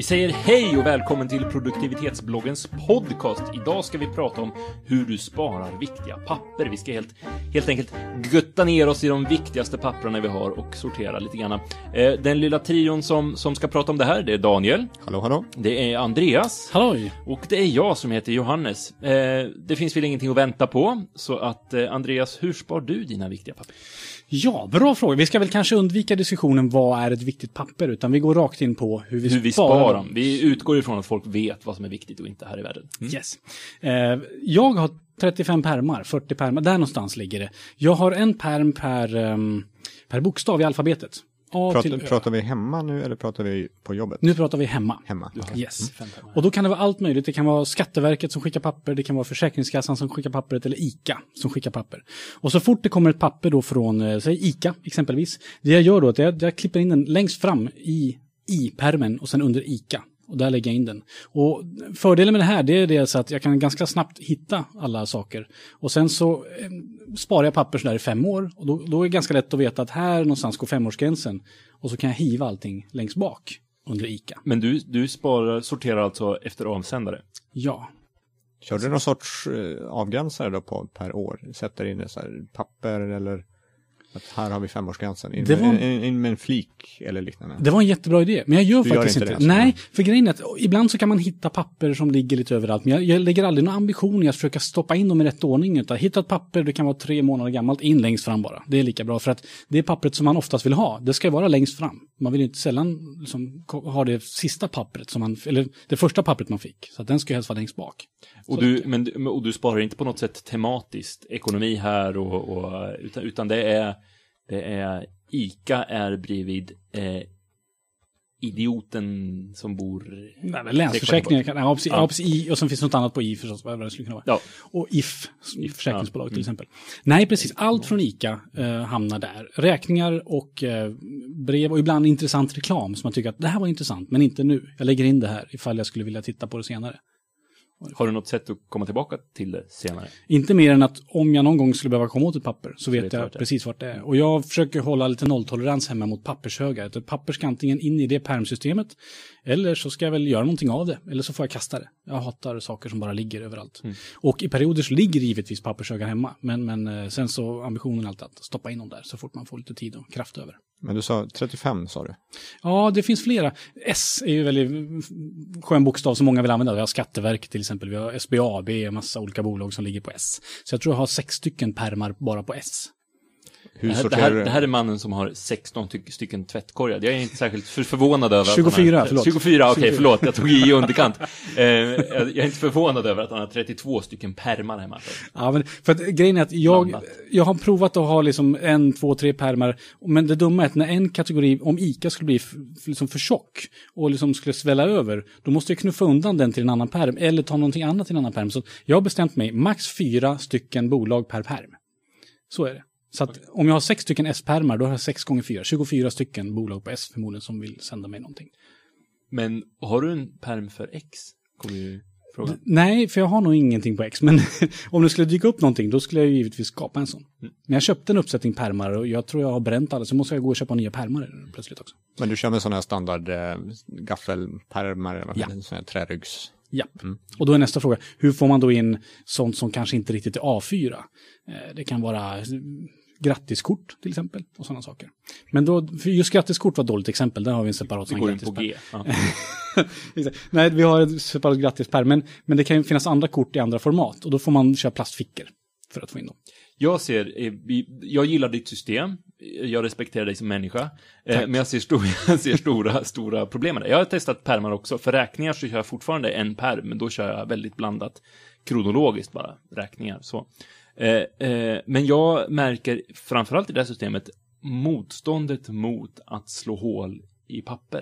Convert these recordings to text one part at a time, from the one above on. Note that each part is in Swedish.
säger hej och välkommen till produktivitetsbloggens podcast. Idag ska vi prata om hur du sparar viktiga papper. Vi ska helt enkelt gutta ner oss i de viktigaste papperna vi har och sortera lite grann. Den lilla trion som ska prata om det här, det är Daniel. Hallå, hallå. Det är Andreas. Halloj. Och det är jag som heter Johannes. Det finns väl ingenting att vänta på. Så att Andreas, hur spar du dina viktiga papper? Ja, bra fråga. Vi ska väl kanske undvika diskussionen vad är ett viktigt papper, utan vi går rakt in på hur vi sparar dem. Vi utgår ifrån att folk vet vad som är viktigt och inte här i världen. Yes. Jag har 35 pärmar, 40 pärmar, där någonstans ligger det. Jag har en pärm per bokstav i alfabetet. Pratar vi hemma nu eller pratar vi på jobbet? Nu pratar vi hemma. Okay. Yes. Och då kan det vara allt möjligt. Det kan vara Skatteverket som skickar papper, det kan vara Försäkringskassan som skickar pappret eller ICA som skickar papper. Och så fort det kommer ett papper då från, säg ICA exempelvis, det jag gör då är att jag klipper in den längst fram i pärmen och sen under ICA. Och där lägger jag in den. Och fördelen med det här, det är det så att jag kan ganska snabbt hitta alla saker. Och sen så sparar jag papper så där i 5 år. Och då är det ganska lätt att veta att här någonstans går 5-årsgränsen. Och så kan jag hiva allting längst bak under ICA. Men du sorterar alltså efter avsändare? Ja. Kör du någon sorts avgränsare då per år? Sätter in det så här papper eller... Att här har vi 5-årsgränsen. In med en flik eller liknande. Det var en jättebra idé. Men jag gör faktiskt inte det. Nej, för grejen är att ibland så kan man hitta papper som ligger lite överallt. Men jag lägger aldrig någon ambition i att försöka stoppa in dem i rätt ordning. Utan hitta ett papper, det kan vara 3 månader gammalt, in längst fram bara. Det är lika bra för att det är pappret som man oftast vill ha. Det ska vara längst fram. Man vill inte sällan liksom ha det sista pappret eller det första pappret man fick. Så att den ska helst vara längst bak. Och du sparar inte på något sätt tematiskt ekonomi här utan det är ICA är bredvid idioten som bor... Nej, men länsförsäkringar och sen finns något annat på I förstås. Vad det skulle kunna vara. Ja. Och IF försäkringsbolag till exempel. Nej, precis. Allt från ICA hamnar där. Räkningar och brev och ibland intressant reklam som man tycker att det här var intressant, men inte nu. Jag lägger in det här ifall jag skulle vilja titta på det senare. Har du något sätt att komma tillbaka till det senare? Inte mer än att om jag någon gång skulle behöva komma åt ett papper så vet jag precis vart det är. Och jag försöker hålla lite nolltolerans hemma mot pappershögar. Ett papper ska antingen in i det pärmsystemet eller så ska jag väl göra någonting av det. Eller så får jag kasta det. Jag hatar saker som bara ligger överallt. Och i perioder så ligger givetvis pappershögar hemma. Men sen så ambitionen är alltid att stoppa in dem där så fort man får lite tid och kraft över. Men du sa 35 sa du? Ja, det finns flera. S är ju väldigt skön bokstav som många vill använda. Vi har Skatteverket till exempel. Vi har SBAB, en massa olika bolag som ligger på S. Så jag tror jag har 6 stycken pärmar bara på S. Det här är mannen som har 16 stycken tvättkorgar. Jag är inte särskilt förvånad över 24, förlåt. 24, okej, förlåt. Jag tog i underkant. Jag är inte förvånad över att han har 32 stycken pärmar hemma. Ja, men för att grejen är att jag har provat att ha liksom 1, 2, 3 pärmar. Men det dumma är att när en kategori, om ICA skulle bli liksom för tjock och liksom skulle svälla över, då måste jag knuffa undan den till en annan pärm eller ta någonting annat till en annan pärm. Så jag har bestämt mig, max 4 stycken bolag per pärm. Så är det. Så att om jag har 6 stycken S-pärmar, då har jag 6 gånger 4. 24 stycken bolag på S förmodligen som vill sända mig någonting. Men har du en pärm för X? Kommer du fråga? Nej, för jag har nog ingenting på X. Men om det skulle dyka upp någonting, då skulle jag givetvis skapa en sån. Men jag köpte en uppsättning pärmar och jag tror jag har bränt alla. Så måste jag gå och köpa nya pärmar plötsligt också. Men du kör med sådana här standard gaffelpärmar eller sådana här träryggs? Ja, och då är nästa fråga, hur får man då in sånt som kanske inte riktigt är A4? Det kan vara grattiskort till exempel och sådana saker. Men då, för just grattiskort var ett dåligt exempel, där har vi en separat sån grattispärm. Nej, vi har en separat grattispärm, men det kan ju finnas andra kort i andra format och då får man köra plastfickor för att få in dem. Jag gillar ditt system. Jag respekterar dig som människa. Men jag ser stora problem med det. Jag har testat pärmar också. För räkningar så kör jag fortfarande en pärm. Men då kör jag väldigt blandat kronologiskt bara räkningar. Så. Men jag märker framförallt i det här systemet motståndet mot att slå hål i papper.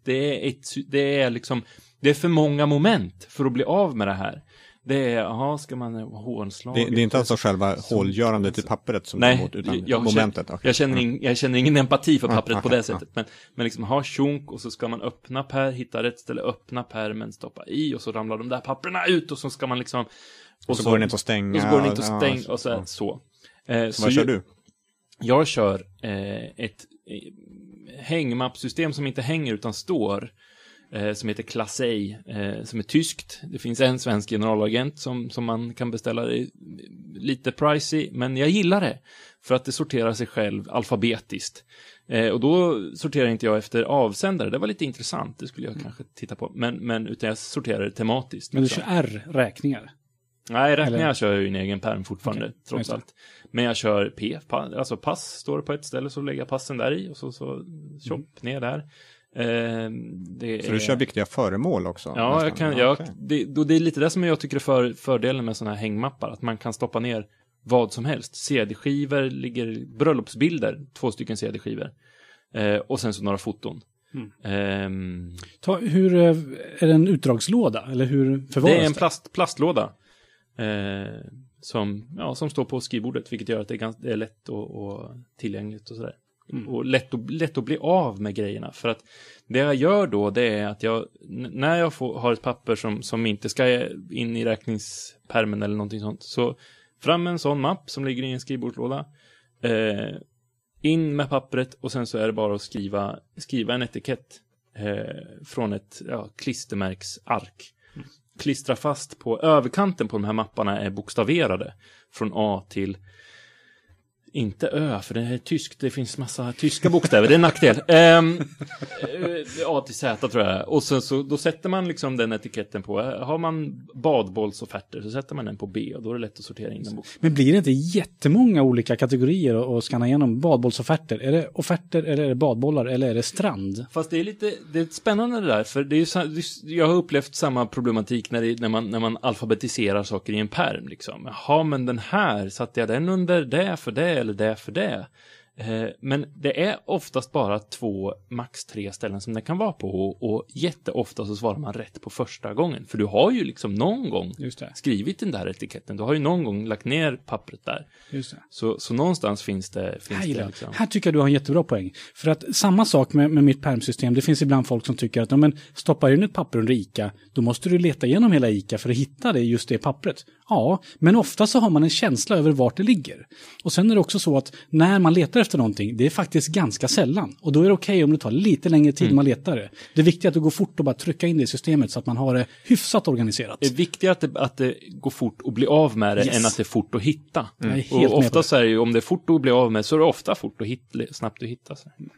Det är för många moment för att bli av med det här. Det är, ska man ha hålslag? Det är inte alltså själva hålgörandet i pappret som är emot, utan momentet. Jag känner ingen empati för pappret på det sättet. Men liksom ha tjonk och så ska man hitta rätt ställe, öppna pärmen, stoppa i och så ramlar de där papperna ut och så ska man liksom... Och så går den inte att stänga. Och så går den inte att stänga och så. Så vad kör du? Jag kör ett hängmappsystem som inte hänger utan står. som heter Class A, som är tyskt. Det finns en svensk generalagent som man kan beställa. Det är lite pricey, men jag gillar det. För att det sorterar sig själv alfabetiskt. Och då sorterar inte jag efter avsändare. Det var lite intressant, det skulle jag kanske titta på. Men utan jag sorterar det tematiskt. Men du kör R-räkningar? Nej, räkningar kör jag ju en egen perm fortfarande, trots allt. Men jag kör alltså pass står det på ett ställe, så lägger jag passen där i och så chopp ner där. Så du kör viktiga föremål också? Ja, det är lite det som jag tycker är fördelen med sådana här hängmappar, att man kan stoppa ner vad som helst. CD-skivor ligger, bröllopsbilder, 2 stycken CD-skivor. Och sen så några foton. Hur är det en utdragslåda? Eller hur förvaras det? Det är en plastlåda. Som står på skrivbordet, vilket gör att det är lätt och tillgängligt och sådär. Och lätt att bli av med grejerna. För att det jag gör då, det är att när jag har ett papper som inte ska in i räkningspermen eller någonting sånt, så fram en sån mapp som ligger i en skrivbordslåda, in med pappret, och sen så är det bara att skriva en etikett från ett klistermärksark. Klistra fast på överkanten på de här mapparna är bokstaverade från A till, inte Ö, för det är tyskt, det finns massa tyska bokstäver, det är en nackdel. A till Z tror jag. Och så då sätter man liksom den etiketten på. Har man badbollsofferter så sätter man den på B, och då är det lätt att sortera in den boken. Men blir det inte jättemånga olika kategorier att skanna igenom badbollsofferter? Är det offerter eller är det badbollar eller är det strand? Fast det är spännande det där, för det är jag har upplevt samma problematik när man alfabetiserar saker i en perm liksom. Jaha, men den här, satte jag den under det för det eller det för det. Men det är oftast bara 2, max 3 ställen som det kan vara på, och jätteofta så svarar man rätt på första gången. För du har ju liksom någon gång skrivit den där etiketten. Du har ju någon gång lagt ner pappret där. Just det. Så någonstans finns det liksom. Här tycker jag du har en jättebra poäng. För att samma sak med mitt permsystem. Det finns ibland folk som tycker att stoppar in ett papper under ICA, då måste du leta igenom hela ICA för att hitta just det pappret. Ja, men ofta så har man en känsla över vart det ligger. Och sen är det också så att när man letar efter någonting, det är faktiskt ganska sällan. Och då är det okej om det tar lite längre tid man letar det. Det är viktigt att det går fort och bara trycka in det i systemet så att man har det hyfsat organiserat. Det är viktigt att det går fort att bli av med det än att det är fort att hitta. Och ofta så är det ju, om det är fort att bli av med, så är det ofta fort att snabbt att hitta.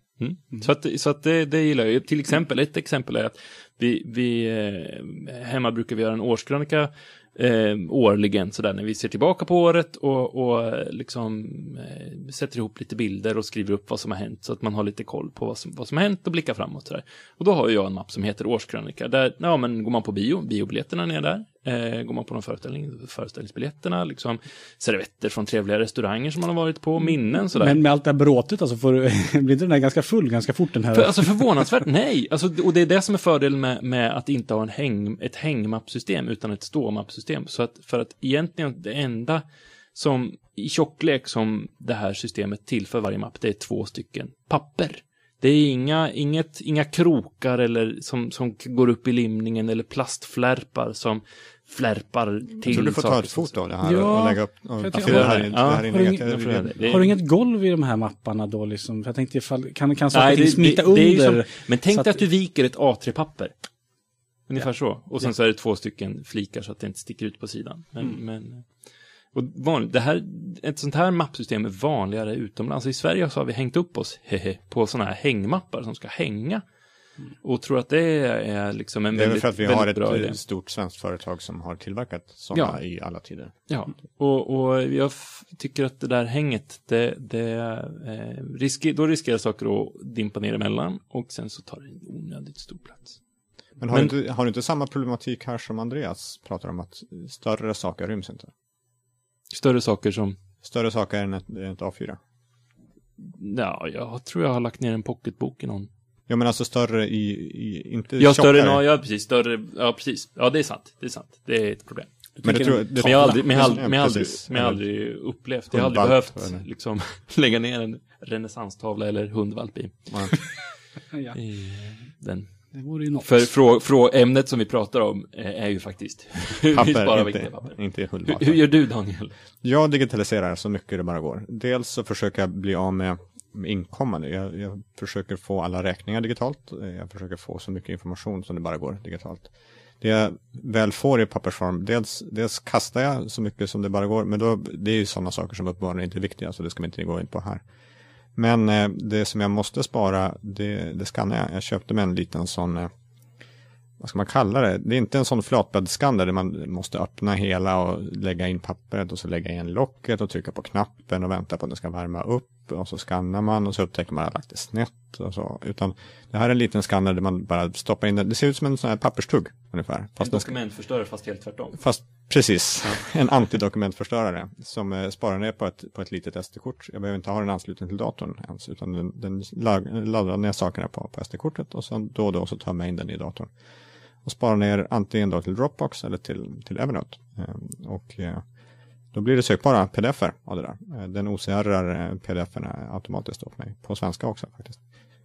Så att det gillar jag. Till exempel, ett exempel är att vi hemma brukar vi göra en årskrönika årligen sådär, när vi ser tillbaka på året och liksom sätter ihop lite bilder och skriver upp vad som har hänt, så att man har lite koll på vad som har hänt och blickar framåt sådär. Och då har jag en mapp som heter årskrönika, där men går man på biobiljetterna ner där, går man på någon föreställningsbiljetterna, liksom servetter från trevliga restauranger som man har varit på, minnen sådär. Men med allt det här bråtet, alltså blir den där ganska full ganska fort den här? Förvånansvärt nej. Alltså, och det är det som är fördelen med att inte ha ett hängmappsystem utan ett ståmappsystem. Så för att egentligen det enda som i tjocklek som det här systemet tillför varje mapp, det är 2 stycken papper. Det är inga krokar eller som går upp i limningen, eller plastflärpar som flärpar till. Så du får ta ett foto av det här och lägga upp. Har du inget golv i de här mapparna då liksom? För jag tänkte ifall kan saker smita under. Men tänk dig att du viker ett A3-papper. Ungefär så. Och sen så är det 2 stycken flikar så att det inte sticker ut på sidan. Ett sånt här mappsystem är vanligare utomlands. I Sverige så har vi hängt upp oss på såna här hängmappar som ska hänga. Och tror att det är liksom en väldigt bra idé. Det är för att vi har ett stort svenskt företag som har tillverkat sådana i alla tider. Ja, och jag tycker att det där hänget, då riskerar saker att dimpa ner emellan, och sen så tar det en onödigt stor plats. Men har du inte samma problematik här som Andreas pratar om, att större saker ryms inte? Större saker som? Större saker än ett A4. Ja, jag tror jag har lagt ner en pocketbok i någon. Ja, men alltså större inte tjockare. Ja, precis. Större, ja, precis. Ja, det är sant. Det är ett problem. Men jag har aldrig upplevt. Jag har aldrig behövt liksom lägga ner en renässanstavla eller hundvalp i. I den. Det vore ju något. För ämnet som vi pratar om är ju faktiskt papper, inte hundvalp. Hur gör du, Daniel? Jag digitaliserar så mycket det bara går. Dels så försöker jag bli av med inkommande. Jag försöker få alla räkningar digitalt. Jag försöker få så mycket information som det bara går digitalt. Det jag väl får i pappersform, dels kastar jag så mycket som det bara går, men det är ju sådana saker som uppenbarligen inte är viktiga, så det ska vi inte gå in på här. Men det som jag måste spara, det skannar jag. Jag köpte med en liten sån, vad ska man kalla det? Det är inte en sån flatbäddskanner där man måste öppna hela och lägga in pappret och så lägga in locket och trycka på knappen och vänta på att det ska värma upp och så skannar man och så upptäcker man att man har lagt det snett och så. Utan det här är en liten skanner där man bara stoppar in det. Det ser ut som en sån här papperstugg ungefär. Fast en dokumentförstörare fast helt tvärtom. Fast precis, en antidokumentförstörare som sparar ner på ett litet SD-kort. Jag behöver inte ha den ansluten till datorn ens, utan den laddar ner sakerna på SD-kortet och sen då och då så tar man in den i datorn. Och sparar ner antingen då till Dropbox eller till Evernote. Och då blir det sökbara pdf-er av det där. Den OCR pdf-erna automatiskt åt mig. På svenska också faktiskt.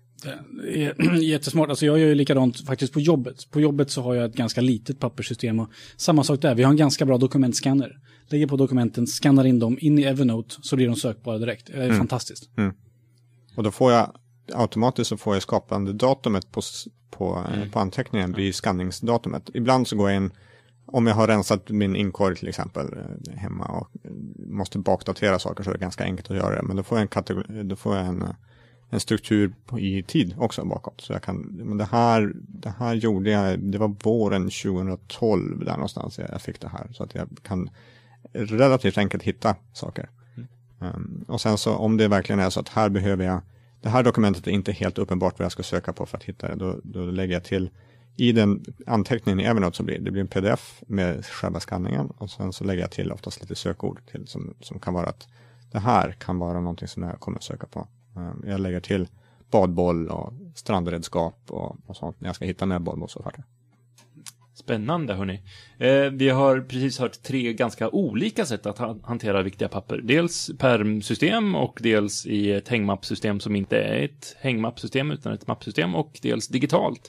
Det är jättesmart. Alltså jag gör ju likadant faktiskt på jobbet. På jobbet så har jag ett ganska litet papperssystem. Och samma sak där. Vi har en ganska bra dokumentscanner. Lägger på dokumenten, skannar in dem in i Evernote så blir de sökbara direkt. Det är fantastiskt. Mm. Och då får jag automatiskt så får jag skapande datumet på anteckningen blir skanningsdatumet. Ibland så går jag in, om jag har rensat min inkorg till exempel hemma och måste bakdatera saker så är det ganska enkelt att göra det. Men då får jag en struktur i tid också bakåt. Så jag kan, men det här gjorde jag, det var våren 2012 där någonstans jag fick det här. Så att jag kan relativt enkelt hitta saker. Och sen så om det verkligen är så att här behöver jag, det här dokumentet är inte helt uppenbart vad jag ska söka på för att hitta det. Då lägger jag till i den anteckningen i Evernote så blir en pdf med själva skanningen. Och sen så lägger jag till oftast lite sökord till som kan vara att det här kan vara någonting som jag kommer att söka på. Jag lägger till badboll och strandredskap och sånt när jag ska hitta en badboll så fort. Spännande hörni. Vi har precis hört 3 ganska olika sätt att hantera viktiga papper. Dels permsystem och dels i ett hängmappsystem som inte är ett hängmappsystem utan ett mappsystem och dels digitalt.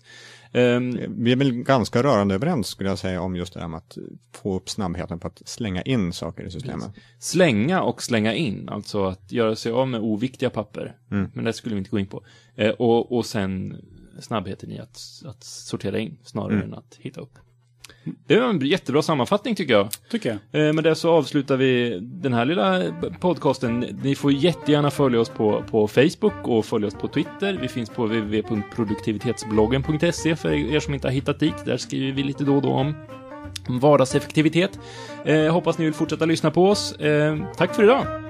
Vi är väl ganska rörande överens skulle jag säga om just det här med att få upp snabbheten på att slänga in saker i systemet. Slänga och slänga in, alltså att göra sig av med oviktiga papper. Men det skulle vi inte gå in på. Och sen snabbheten i att sortera in snarare än att hitta upp. Det var en jättebra sammanfattning tycker jag. Med det så avslutar vi den här lilla podcasten. Ni får jättegärna följa oss på Facebook och följa oss på Twitter. Vi finns på www.produktivitetsbloggen.se för er som inte har hittat dit. Där skriver vi lite då och då om vardagseffektivitet. Hoppas ni vill fortsätta lyssna på oss. Tack för idag!